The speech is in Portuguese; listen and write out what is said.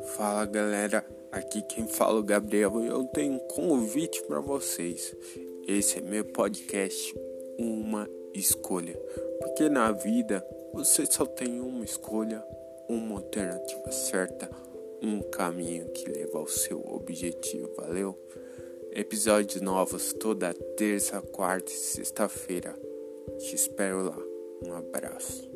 Fala galera, aqui quem fala é o Gabriel e eu tenho um convite para vocês. Esse é meu podcast, Uma Escolha. Porque na vida você só tem uma escolha, uma alternativa certa, um caminho que leva ao seu objetivo, valeu? Episódios novos toda terça, quarta e sexta-feira. Te espero lá. Um abraço.